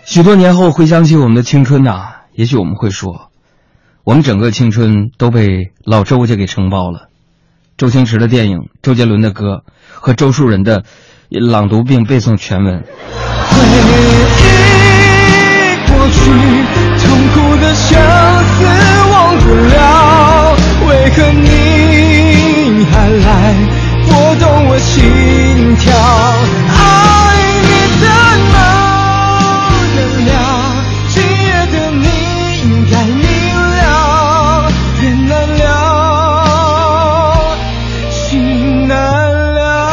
许多年后回想起我们的青春呐，也许我们会说，我们整个青春都被老周家给承包了。周星驰的电影，周杰伦的歌，和周树人的朗读并背诵全文。 回忆过去，痛苦的相思忘不了，为何你还来拨动我心跳？爱你的能原谅，今夜的你应该明了，人难了，心难了。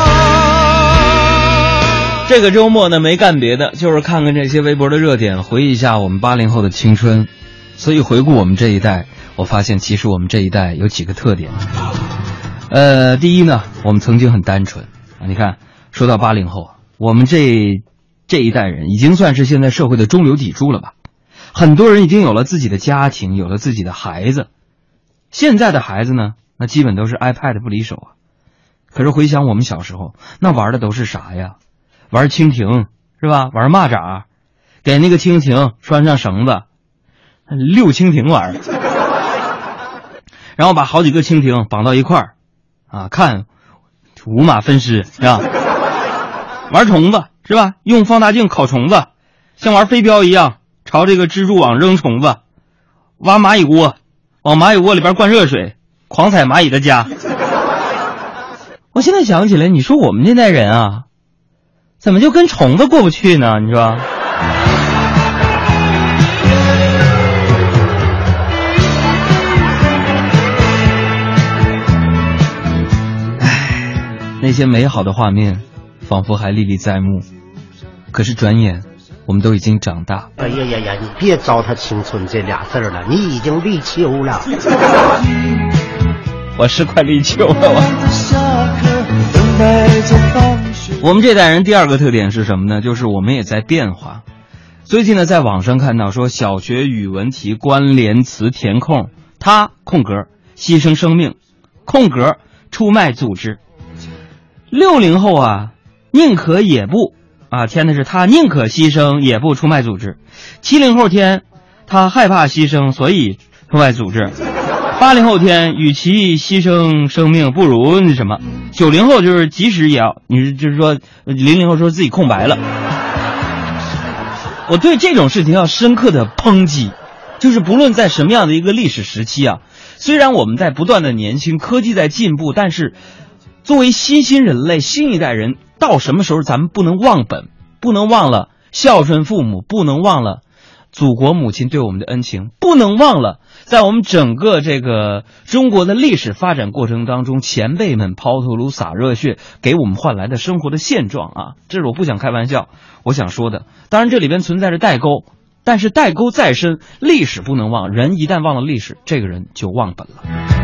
这个周末呢，没干别的，就是看看这些微博的热点，回忆一下我们80后的青春。所以回顾我们这一代，我发现其实我们这一代有几个特点。第一呢，我们曾经很单纯啊。你看，说到80后，我们这一代人已经算是现在社会的中流砥柱了吧？很多人已经有了自己的家庭，有了自己的孩子。现在的孩子呢，那基本都是 iPad 不离手啊。可是回想我们小时候，那玩的都是啥呀？玩蜻蜓是吧？玩蚂蚱，给那个蜻蜓拴上绳子，溜蜻蜓玩，然后把好几个蜻蜓绑到一块儿，啊，看五马分尸是吧？玩虫子是吧？用放大镜烤虫子，像玩飞镖一样朝这个蜘蛛网扔虫子，挖蚂蚁窝，往蚂蚁窝里边灌热水，狂踩蚂蚁的家。我现在想起来，你说我们这代人啊，怎么就跟虫子过不去呢？你说？那些美好的画面仿佛还历历在目，可是转眼我们都已经长大。 哎呀呀呀，你别糟蹋青春这俩字了，你已经立秋了。 我是快立秋了。我们这代人第二个特点是什么呢？就是我们也在变化。最近呢，在网上看到说，小学语文题关联词填空，他空格牺牲生命，空格出卖组织。60后啊，宁可也不啊，填的是他宁可牺牲也不出卖组织。70后填他害怕牺牲，所以出卖组织。80后填与其牺牲生命不如那什么。90后就是即使也要，就是说00后说自己空白了。我对这种事情要深刻的抨击，就是不论在什么样的一个历史时期啊，虽然我们在不断的年轻，科技在进步，但是作为新人类，新一代人，到什么时候咱们不能忘本，不能忘了孝顺父母，不能忘了祖国母亲对我们的恩情，不能忘了在我们整个这个中国的历史发展过程当中，前辈们抛头颅洒热血给我们换来的生活的现状啊，这是我不想开玩笑，我想说的。当然这里边存在着代沟，但是代沟再深，历史不能忘，人一旦忘了历史，这个人就忘本了。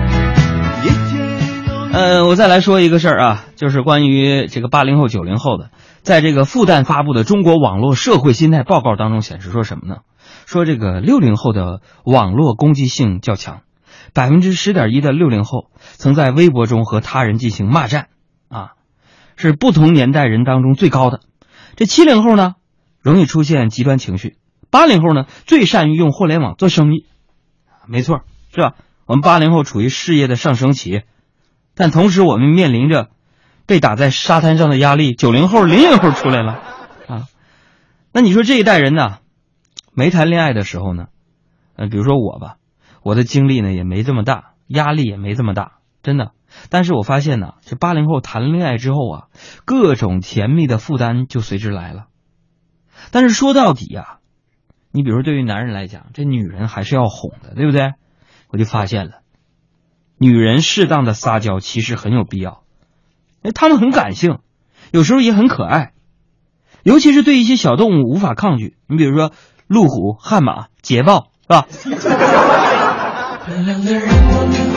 我再来说一个事儿啊，就是关于这个80后、90后的，在这个复旦发布的中国网络社会心态报告当中显示说什么呢？说这个60后的网络攻击性较强，10.1%的60后曾在微博中和他人进行骂战啊，是不同年代人当中最高的。这70后呢，容易出现极端情绪；80后呢，最善于用互联网做生意。没错，是吧？我们80后处于事业的上升期。但同时我们面临着被打在沙滩上的压力，90后、00后出来了啊。那你说这一代人呢，没谈恋爱的时候呢，比如说我吧，我的精力呢也没这么大，压力也没这么大，真的。但是我发现呢，这80后谈恋爱之后啊，各种甜蜜的负担就随之来了。但是说到底啊，你比如说对于男人来讲，这女人还是要哄的，对不对？我就发现了，女人适当的撒娇其实很有必要，她们很感性，有时候也很可爱，尤其是对一些小动物无法抗拒。你比如说路虎、悍马、捷豹，是吧？